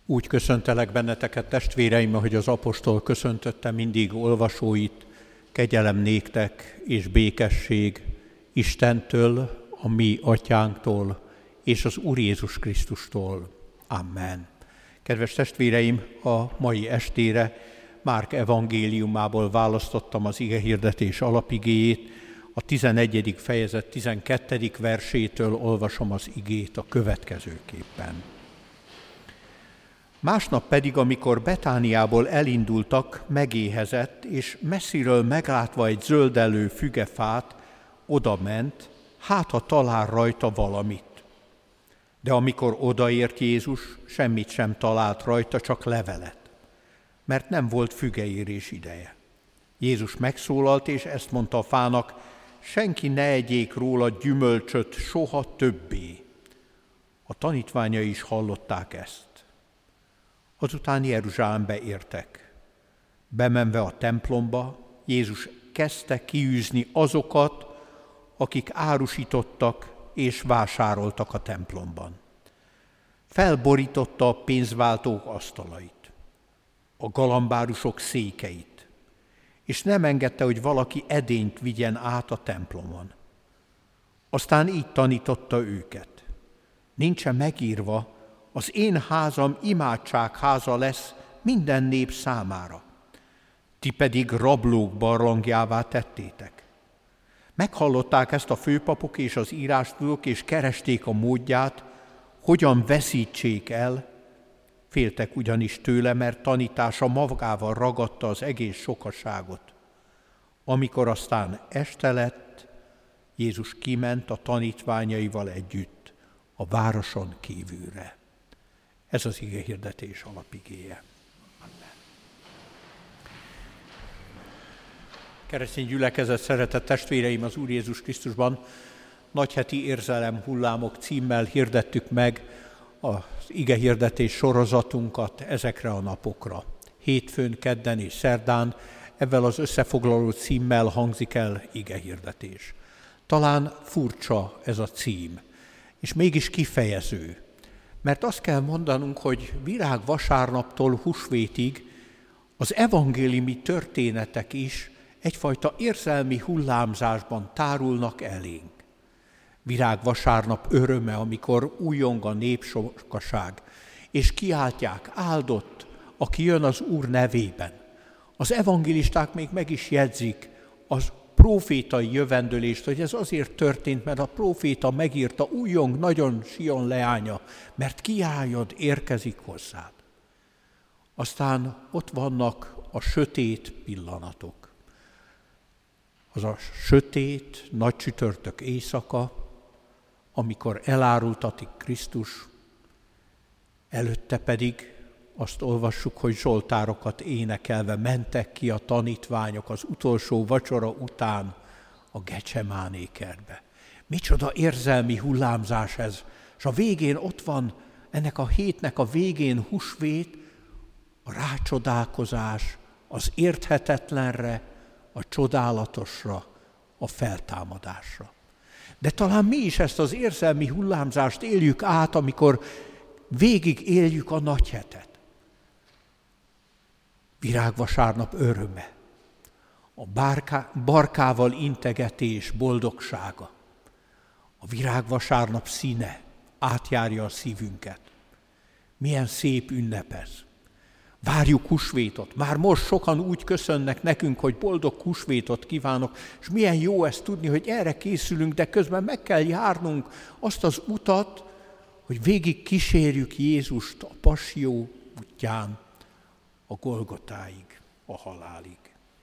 Úgy köszöntelek benneteket, testvéreim, ahogy az apostol köszöntötte mindig olvasóit, kegyelem néktek és békesség Istentől, a mi atyánktól és az Úr Jézus Krisztustól. Amen. Kedves testvéreim, a mai estére Márk evangéliumából választottam az igehirdetés alapigéjét, a 11. fejezet 12. versétől olvasom az igét a következőképpen. Másnap pedig, amikor Betániából elindultak, megéhezett, és messziről meglátva egy zöldelő fügefát, odament, hát ha talál rajta valamit. De amikor odaért Jézus, semmit sem talált rajta, csak levelet, mert nem volt fügeérés ideje. Jézus megszólalt, és ezt mondta a fának: senki ne egyék róla gyümölcsöt soha többé. A tanítványai is hallották ezt. Azután Jeruzsálembe értek. Bemenve a templomba, Jézus kezdte kiűzni azokat, akik árusítottak és vásároltak a templomban. Felborította a pénzváltók asztalait, a galambárusok székeit, és nem engedte, hogy valaki edényt vigyen át a templomon. Aztán így tanította őket: nincsen megírva, az én házam imádságháza lesz minden nép számára. Ti pedig rablók barlangjává tettétek. Meghallották ezt a főpapok és az írástudók, és keresték a módját, hogyan veszítsék el. Féltek ugyanis tőle, mert tanítása magával ragadta az egész sokaságot. Amikor aztán este lett, Jézus kiment a tanítványaival együtt a városon kívülre. Ez az igehirdetés alapigéje. Amen. Keresztény gyülekezet, szeretett testvéreim az Úr Jézus Krisztusban, Nagyheti érzelem hullámok címmel hirdettük meg az igehirdetés sorozatunkat ezekre a napokra. Hétfőn, kedden és szerdán ezzel az összefoglaló címmel hangzik el igehirdetés. Talán furcsa ez a cím, és mégis kifejező. Mert azt kell mondanunk, hogy virágvasárnaptól húsvétig az evangéliumi történetek is egyfajta érzelmi hullámzásban tárulnak elénk. Virágvasárnap öröme, amikor újjong a népsokaság, és kiáltják: áldott, aki jön az Úr nevében. Az evangélisták még meg is jegyzik az prófétai jövendőlést, hogy ez azért történt, mert a próféta megírta: újjong nagyon Sion leánya, mert kiállod, érkezik hozzád. Aztán ott vannak a sötét pillanatok. Az a sötét, nagy csütörtök éjszaka, amikor elárultatik Krisztus, előtte pedig azt olvassuk, hogy zsoltárokat énekelve mentek ki a tanítványok az utolsó vacsora után a Gecsemáné kertbe. Micsoda érzelmi hullámzás ez, és a végén ott van, ennek a hétnek a végén húsvét, a rácsodálkozás, az érthetetlenre, a csodálatosra, a feltámadásra. De talán mi is ezt az érzelmi hullámzást éljük át, amikor végig éljük a nagyhetet. Virágvasárnap öröme, a barkával integetés boldogsága, a virágvasárnap színe átjárja a szívünket. Milyen szép ünnep ez! Várjuk húsvétot. Már most sokan úgy köszönnek nekünk, hogy boldog húsvétot kívánok, és milyen jó ezt tudni, hogy erre készülünk, de közben meg kell járnunk azt az utat, hogy végig kísérjük Jézust a passió útján, a Golgotáig, a halálig.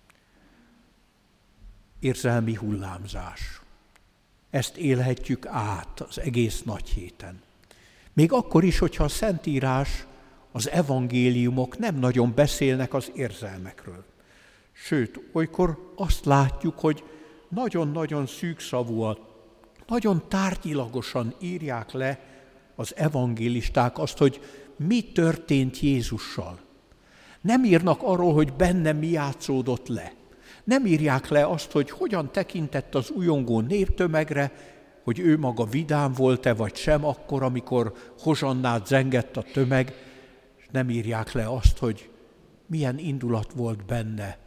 Érzelmi hullámzás. Ezt élhetjük át az egész nagy héten. Még akkor is, hogyha a Szentírás, az evangéliumok nem nagyon beszélnek az érzelmekről. Sőt, olykor azt látjuk, hogy nagyon-nagyon szűkszavúan, nagyon tárgyilagosan írják le az evangélisták azt, hogy mi történt Jézussal. Nem írnak arról, hogy benne mi játszódott le. Nem írják le azt, hogy hogyan tekintett az ujjongó néptömegre, hogy ő maga vidám volt-e vagy sem akkor, amikor hozsannát zengett a tömeg, nem írják le azt, hogy milyen indulat volt benne.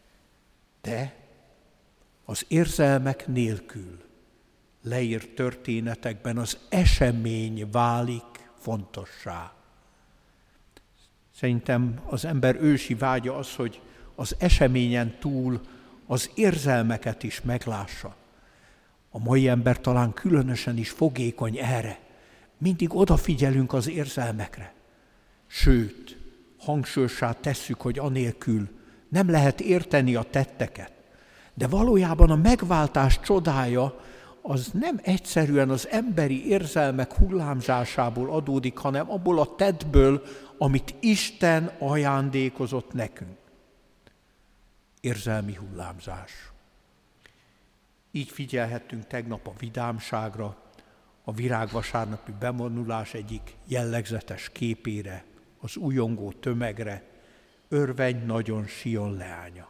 De az érzelmek nélkül leírt történetekben az esemény válik fontossá. Szerintem az ember ősi vágya az, hogy az eseményen túl az érzelmeket is meglássa. A mai ember talán különösen is fogékony erre. Mindig odafigyelünk az érzelmekre. Sőt, hangsúlyossá tesszük, hogy anélkül nem lehet érteni a tetteket. De valójában a megváltás csodája az nem egyszerűen az emberi érzelmek hullámzásából adódik, hanem abból a tettből, amit Isten ajándékozott nekünk. Érzelmi hullámzás. Így figyelhettünk tegnap a vidámságra, a virágvasárnapi bevonulás egyik jellegzetes képére, az újongó tömegre, örvenj nagyon Sion leánya.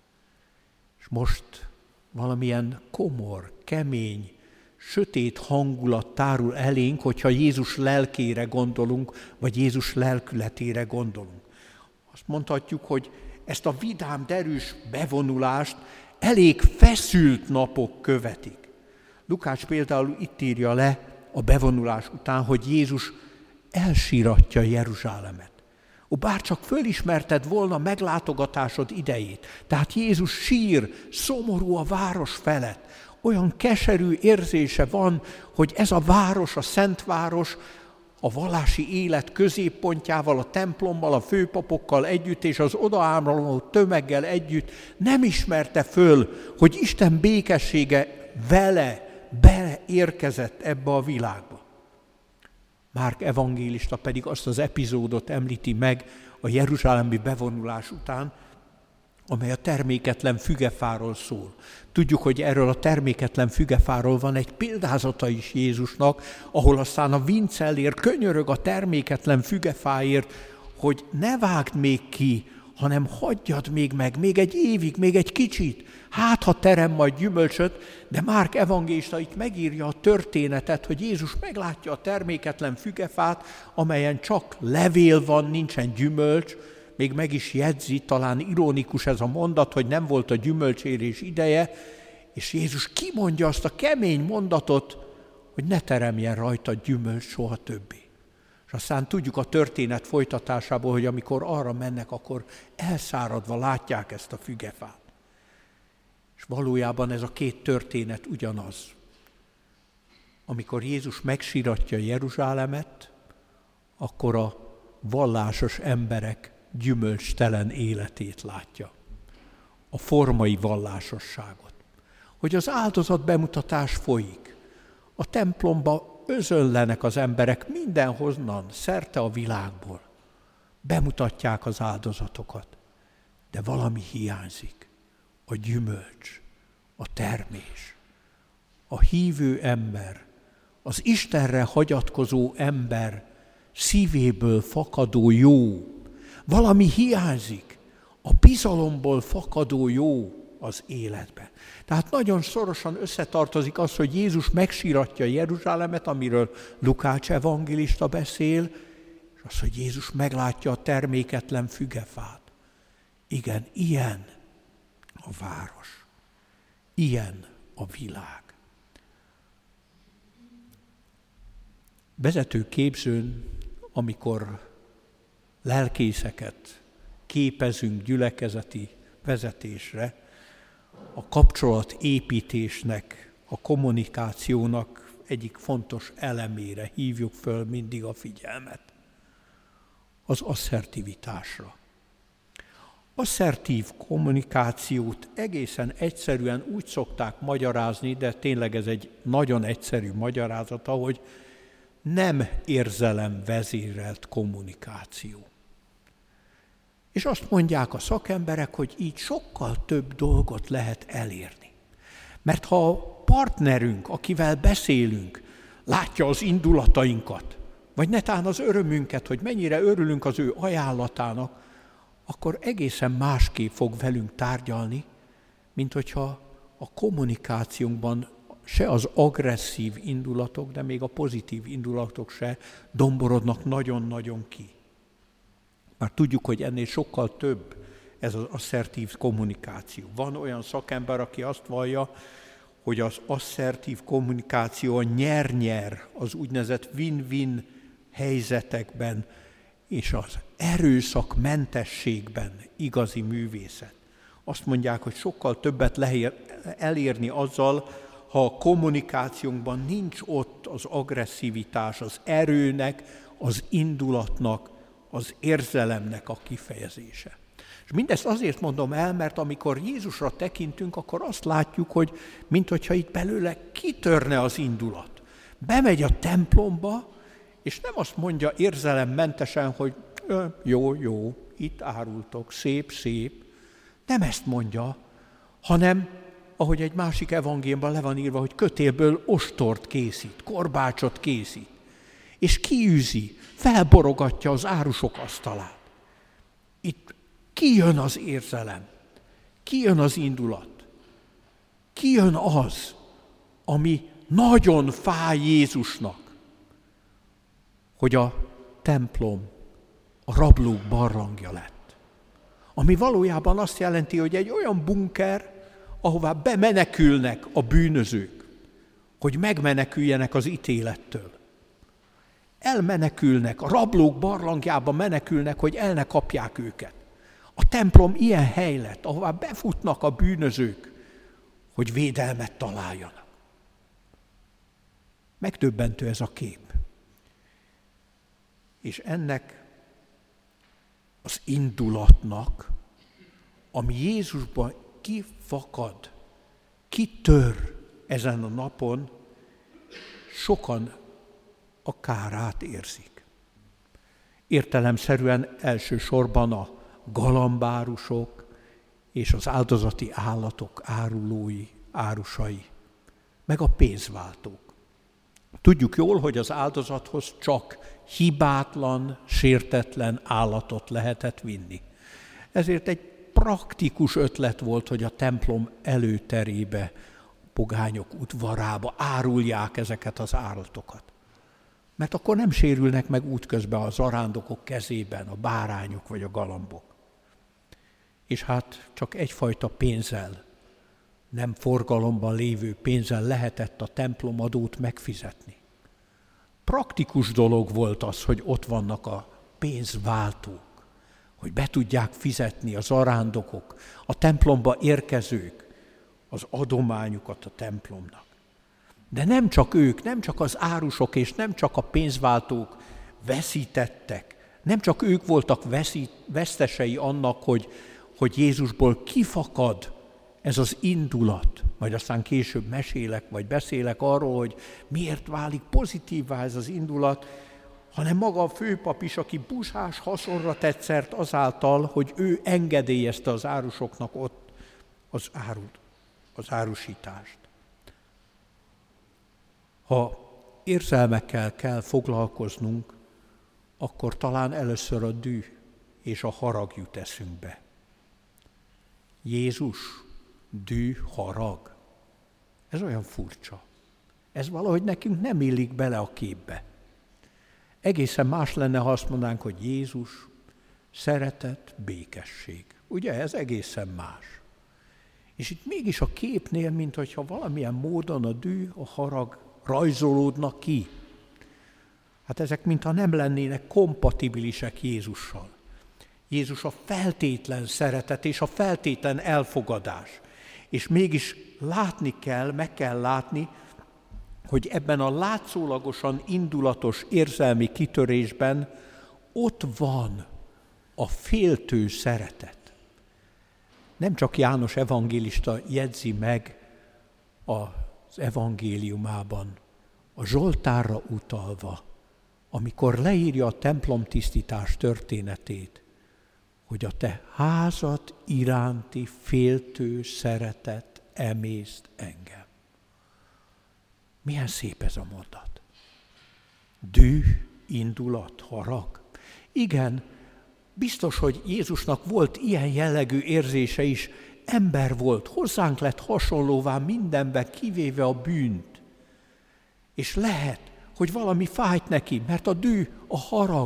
És most valamilyen komor, kemény, sötét hangulat tárul elénk, hogyha Jézus lelkére gondolunk, vagy Jézus lelkületére gondolunk. Azt mondhatjuk, hogy ezt a vidám, derűs bevonulást elég feszült napok követik. Lukács például itt írja le a bevonulás után, hogy Jézus elsíratja Jeruzsálemet. Bárcsak fölismerted volna meglátogatásod idejét. Tehát Jézus sír, szomorú a város felett. Olyan keserű érzése van, hogy ez a város, a Szentváros, a vallási élet középpontjával, a templommal, a főpapokkal együtt és az odaáramló tömeggel együtt nem ismerte föl, hogy Isten békessége vele beérkezett ebbe a világba. Márk evangélista pedig azt az epizódot említi meg a jeruzsálemi bevonulás után, amely a terméketlen fügefáról szól. Tudjuk, hogy erről a terméketlen fügefáról van egy példázata is Jézusnak, ahol aztán a vincellér könyörög a terméketlen fügefáért, hogy ne vágd még ki, hanem hagyjad még meg, még egy évig, még egy kicsit. Hát, ha terem majd gyümölcsöt, de Márk evangélista itt megírja a történetet, hogy Jézus meglátja a terméketlen fügefát, amelyen csak levél van, nincsen gyümölcs, még meg is jegyzi, talán ironikus ez a mondat, hogy nem volt a gyümölcsérés ideje, és Jézus kimondja azt a kemény mondatot, hogy ne teremjen rajta gyümölcs soha többé. És aztán tudjuk a történet folytatásából, hogy amikor arra mennek, akkor elszáradva látják ezt a fügefát. És valójában ez a két történet ugyanaz. Amikor Jézus megsíratja Jeruzsálemet, akkor a vallásos emberek gyümölcstelen életét látja. A formai vallásosságot. Hogy az áldozat bemutatás folyik. A templomba özönlenek az emberek mindenhonnan, szerte a világból. Bemutatják az áldozatokat. De valami hiányzik. A gyümölcs, a termés. A hívő ember, az Istenre hagyatkozó ember szívéből fakadó jó. Valami hiányzik, a bizalomból fakadó jó az életben. Tehát nagyon szorosan összetartozik az, hogy Jézus megsíratja Jeruzsálemet, amiről Lukács evangélista beszél, és az, hogy Jézus meglátja a terméketlen fügefát. Igen, ilyen a város, ilyen a világ. Vezető képzőn, amikor lelkészeket képezünk gyülekezeti vezetésre, a kapcsolatépítésnek, a kommunikációnak egyik fontos elemére hívjuk föl mindig a figyelmet. Az asszertivitásra. Asszertív kommunikációt egészen egyszerűen úgy szokták magyarázni, de tényleg ez egy nagyon egyszerű magyarázata, hogy nem érzelemvezérelt kommunikáció. És azt mondják a szakemberek, hogy így sokkal több dolgot lehet elérni. Mert ha a partnerünk, akivel beszélünk, látja az indulatainkat, vagy netán az örömünket, hogy mennyire örülünk az ő ajánlatának, akkor egészen másképp fog velünk tárgyalni, mint hogyha a kommunikációnkban se az agresszív indulatok, de még a pozitív indulatok se domborodnak nagyon-nagyon ki. Már tudjuk, hogy ennél sokkal több ez az asszertív kommunikáció. Van olyan szakember, aki azt vallja, hogy az asszertív kommunikáció a nyer-nyer, az úgynevezett win-win helyzetekben és az erőszakmentességben igazi művészet. Azt mondják, hogy sokkal többet lehet elérni azzal, ha a kommunikációnkban nincs ott az agresszivitás, az erőnek, az indulatnak, az érzelemnek a kifejezése. És mindezt azért mondom el, mert amikor Jézusra tekintünk, akkor azt látjuk, hogy minthogyha itt belőle kitörne az indulat. Bemegy a templomba, és nem azt mondja érzelemmentesen, hogy jó, itt árultok, szép. Nem ezt mondja, hanem, ahogy egy másik evangéliumban le van írva, hogy kötélből ostort készít, korbácsot készít, és kiűzi, felborogatja az árusok asztalát. Itt kijön az érzelem, kijön az indulat, kijön az, ami nagyon fáj Jézusnak, hogy a templom a rablók barlangja lett. Ami valójában azt jelenti, hogy egy olyan bunker, ahová bemenekülnek a bűnözők, hogy megmeneküljenek az ítélettől. Elmenekülnek, a rablók barlangjába menekülnek, hogy el ne kapják őket. A templom ilyen hely lett, ahová befutnak a bűnözők, hogy védelmet találjanak. Megdöbbentő ez a kép. És ennek az indulatnak, ami Jézusban kifakad, kitör ezen a napon, sokan a kárát érzik. Értelemszerűen elsősorban a galambárusok és az áldozati állatok árulói, árusai, meg a pénzváltók. Tudjuk jól, hogy az áldozathoz csak hibátlan, sértetlen állatot lehetett vinni. Ezért egy praktikus ötlet volt, hogy a templom előterébe, pogányok udvarába árulják ezeket az állatokat. Mert akkor nem sérülnek meg útközben a zarándokok kezében, a bárányok vagy a galambok. És hát csak egyfajta pénzzel, nem forgalomban lévő pénzzel lehetett a templomadót megfizetni. Praktikus dolog volt az, hogy ott vannak a pénzváltók, hogy be tudják fizetni a zarándokok, a templomba érkezők az adományukat a templomnak. De nem csak ők, nem csak az árusok és nem csak a pénzváltók veszítettek, nem csak ők voltak vesztesei annak, hogy Jézusból kifakad ez az indulat, majd aztán később mesélek, vagy beszélek arról, hogy miért válik pozitívvá ez az indulat, hanem maga a főpap is, aki busás haszonra tett szert azáltal, hogy ő engedélyezte az árusoknak ott az árusítást. Ha érzelmekkel kell foglalkoznunk, akkor talán először a düh és a harag jut eszünkbe. Jézus, düh, harag. Ez olyan furcsa. Ez valahogy nekünk nem illik bele a képbe. Egészen más lenne, ha azt mondanánk, hogy Jézus, szeretet, békesség. Ugye, ez egészen más. És itt mégis a képnél, minthogyha valamilyen módon a düh, a harag rajzolódnak ki. Hát ezek mintha nem lennének kompatibilisek Jézussal. Jézus a feltétlen szeretet és a feltétlen elfogadás. És mégis látni kell, meg kell látni, hogy ebben a látszólagosan indulatos érzelmi kitörésben ott van a féltő szeretet. Nem csak János evangélista jegyzi meg az evangéliumában, a Zsoltárra utalva, amikor leírja a templomtisztítás történetét, hogy a te házad iránti féltő szeretet emészt engem. Milyen szép ez a mondat. Düh, indulat, harag. Igen, biztos, hogy Jézusnak volt ilyen jellegű érzése is, ember volt, hozzánk lett hasonlóvá mindenben, kivéve a bűnt. És lehet, hogy valami fájt neki, mert a düh, a harag,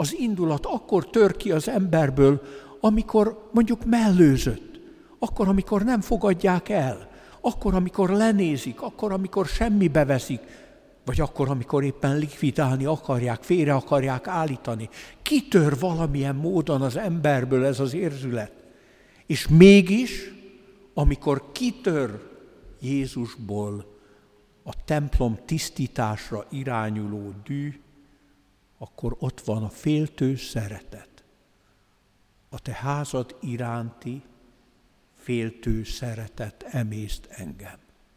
Az indulat akkor tör ki az emberből, amikor mondjuk mellőzött, akkor, amikor nem fogadják el, akkor, amikor lenézik, akkor, amikor semmibe veszik, vagy akkor, amikor éppen likvidálni akarják, félre akarják állítani. Kitör valamilyen módon az emberből ez az érzület. És mégis, amikor kitör Jézusból a templom tisztításra irányuló dű, akkor ott van a féltő szeretet. A te házad iránti féltő szeretet emészt engem.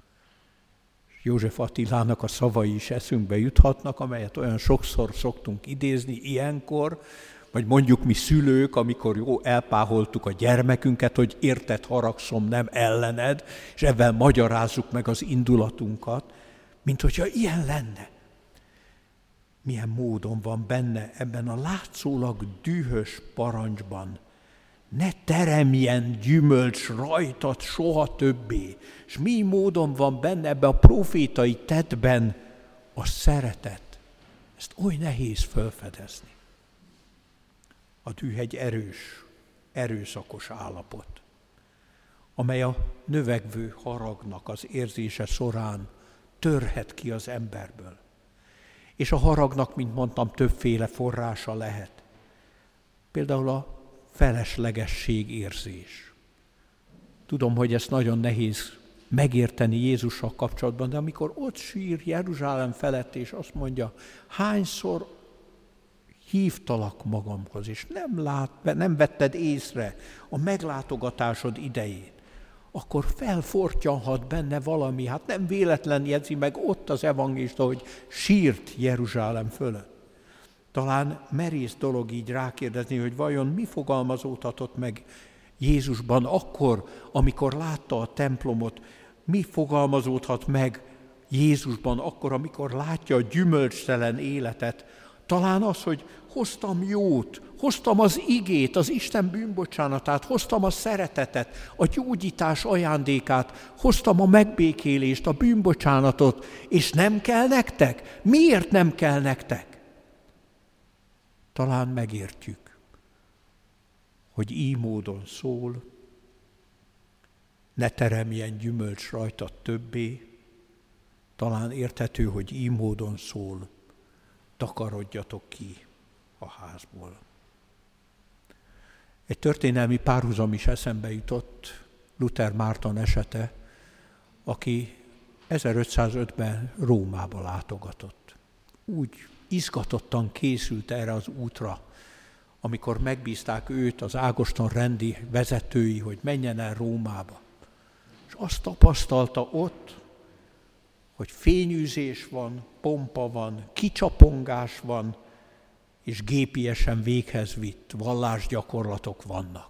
József Attilának a szavai is eszünkbe juthatnak, amelyet olyan sokszor szoktunk idézni ilyenkor, vagy mondjuk mi szülők, amikor elpáholtuk a gyermekünket, hogy érted, haragszom, nem ellened, és ebben magyarázzuk meg az indulatunkat, mint hogyha ilyen lenne. Milyen módon van benne ebben a látszólag dühös parancsban. Ne teremjen gyümölcs rajtad soha többé. És mi módon van benne ebben a profétai tettben a szeretet. Ezt oly nehéz felfedezni. A düh egy erőszakos állapot, amely a növekvő haragnak az érzése során törhet ki az emberből. És a haragnak, mint mondtam, többféle forrása lehet. Például a feleslegesség érzés. Tudom, hogy ezt nagyon nehéz megérteni Jézussal kapcsolatban, de amikor ott sír Jeruzsálem felett, és azt mondja, hányszor hívtalak magamhoz, és nem vetted észre a meglátogatásod idején, akkor felfortyanhat benne valami, hát nem véletlen jegyzi meg ott az evangélista, hogy sírt Jeruzsálem fölött. Talán merész dolog így rákérdezni, hogy vajon mi fogalmazódhatott meg Jézusban akkor, amikor látta a templomot, mi fogalmazódhat meg Jézusban akkor, amikor látja a gyümölcstelen életet. Talán az, hogy hoztam jót, hoztam az igét, az Isten bűnbocsánatát, hoztam a szeretetet, a gyógyítás ajándékát, hoztam a megbékélést, a bűnbocsánatot, és nem kell nektek? Miért nem kell nektek? Talán megértjük, hogy így módon szól, ne teremjen gyümölcs rajtad többé, talán érthető, hogy így módon szól, takarodjatok ki a házból. Egy történelmi párhuzam is eszembe jutott, Luther Márton esete, aki 1505-ben Rómába látogatott. Úgy izgatottan készült erre az útra, amikor megbízták őt az Ágoston rendi vezetői, hogy menjen el Rómába. És azt tapasztalta ott, hogy fényűzés van, pompa van, kicsapongás van, és gépiesen véghez vitt vallásgyakorlatok vannak.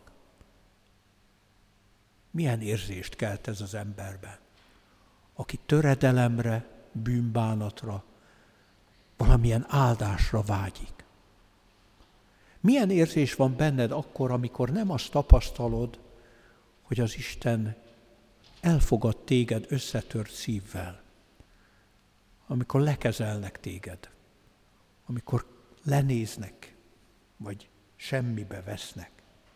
Milyen érzést kelt ez az emberben, aki töredelemre, bűnbánatra, valamilyen áldásra vágyik. Milyen érzés van benned akkor, amikor nem azt tapasztalod, hogy az Isten elfogad téged összetört szívvel, amikor lekezelnek téged, amikor lenéznek, vagy semmibe vesznek.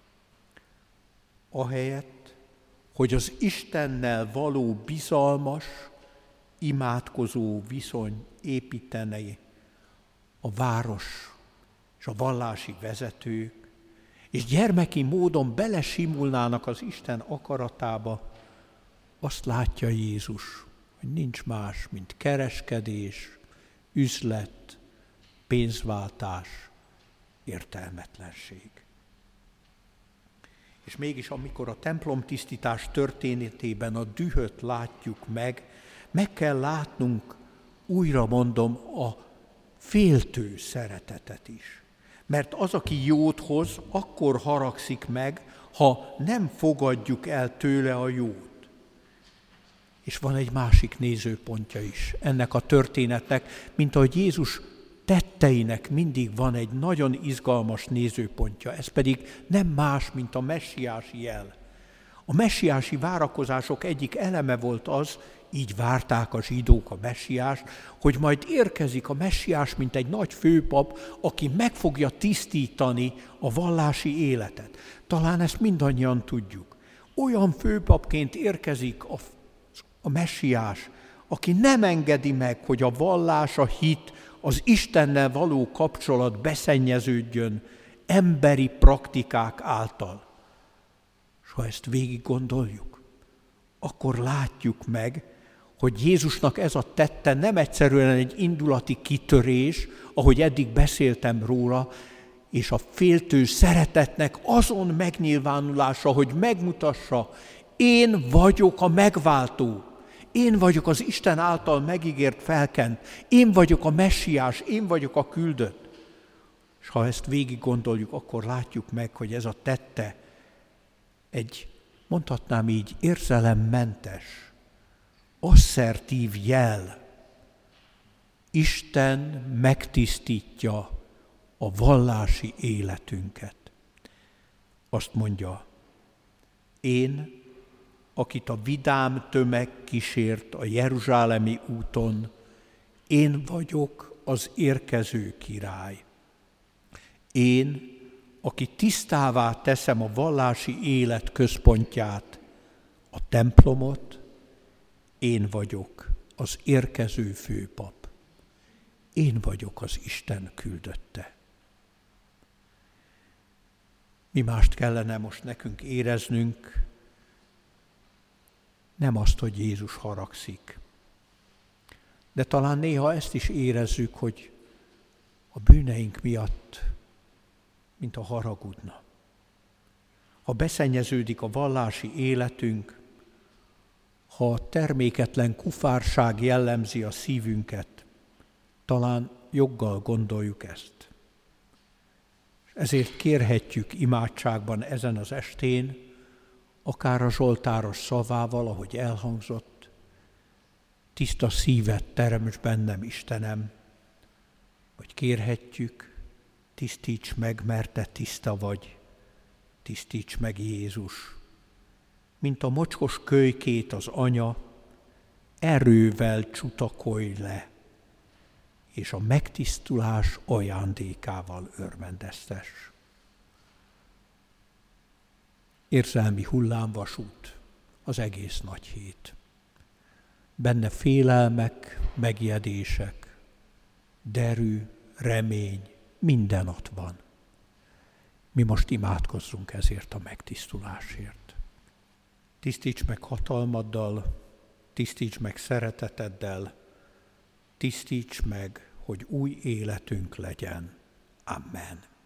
Ahelyett, hogy az Istennel való bizalmas, imádkozó viszony építené a város és a vallási vezetők, és gyermeki módon belesimulnának az Isten akaratába, azt látja Jézus, hogy nincs más, mint kereskedés, üzlet, pénzváltás, értelmetlenség. És mégis, amikor a templomtisztítás történetében a dühöt látjuk meg kell látnunk, újra mondom, a féltő szeretetet is. Mert az, aki jót hoz, akkor haragszik meg, ha nem fogadjuk el tőle a jót. És van egy másik nézőpontja is ennek a történetnek, mint ahogy Jézus tetteinek mindig van egy nagyon izgalmas nézőpontja, ez pedig nem más, mint a messiási jel. A messiási várakozások egyik eleme volt az, így várták a zsidók a messiást, hogy majd érkezik a messiás, mint egy nagy főpap, aki meg fogja tisztítani a vallási életet. Talán ezt mindannyian tudjuk. Olyan főpapként érkezik a messiás, aki nem engedi meg, hogy a vallás, a hit, az Istennel való kapcsolat beszennyeződjön emberi praktikák által. És ha ezt végig gondoljuk, akkor látjuk meg, hogy Jézusnak ez a tette nem egyszerűen egy indulati kitörés, ahogy eddig beszéltem róla, és a féltő szeretetnek azon megnyilvánulása, hogy megmutassa, én vagyok a megváltó, én vagyok az Isten által megígért felkent, én vagyok a messiás, én vagyok a küldött. És ha ezt végig gondoljuk, akkor látjuk meg, hogy ez a tette egy, mondhatnám így, érzelemmentes, asszertív jel. Isten megtisztítja a vallási életünket. Azt mondja, én, akit a vidám tömeg kísért a jeruzsálemi úton, én vagyok az érkező király. Én, aki tisztává teszem a vallási élet központját, a templomot, én vagyok az érkező főpap. Én vagyok az Isten küldötte. Mi mást kellene most nekünk éreznünk, nem azt, hogy Jézus haragszik. De talán néha ezt is érezzük, hogy a bűneink miatt, mint a haragudna. Ha beszennyeződik a vallási életünk, ha a terméketlen kufárság jellemzi a szívünket, talán joggal gondoljuk ezt. Ezért kérhetjük imádságban ezen az estén, akár a zsoltáros szavával, ahogy elhangzott, tiszta szívet teremts bennem, Istenem, vagy kérhetjük, tisztíts meg, mert te tiszta vagy, tisztíts meg, Jézus. Mint a mocskos kölykét az anya, erővel csutakolj le, és a megtisztulás ajándékával örvendeztess. Érzelmi hullámvasút az egész nagy hét. Benne félelmek, megijedések, derű, remény, minden ott van. Mi most imádkozzunk ezért a megtisztulásért. Tisztíts meg hatalmaddal, tisztíts meg szereteteddel, tisztíts meg, hogy új életünk legyen. Amen.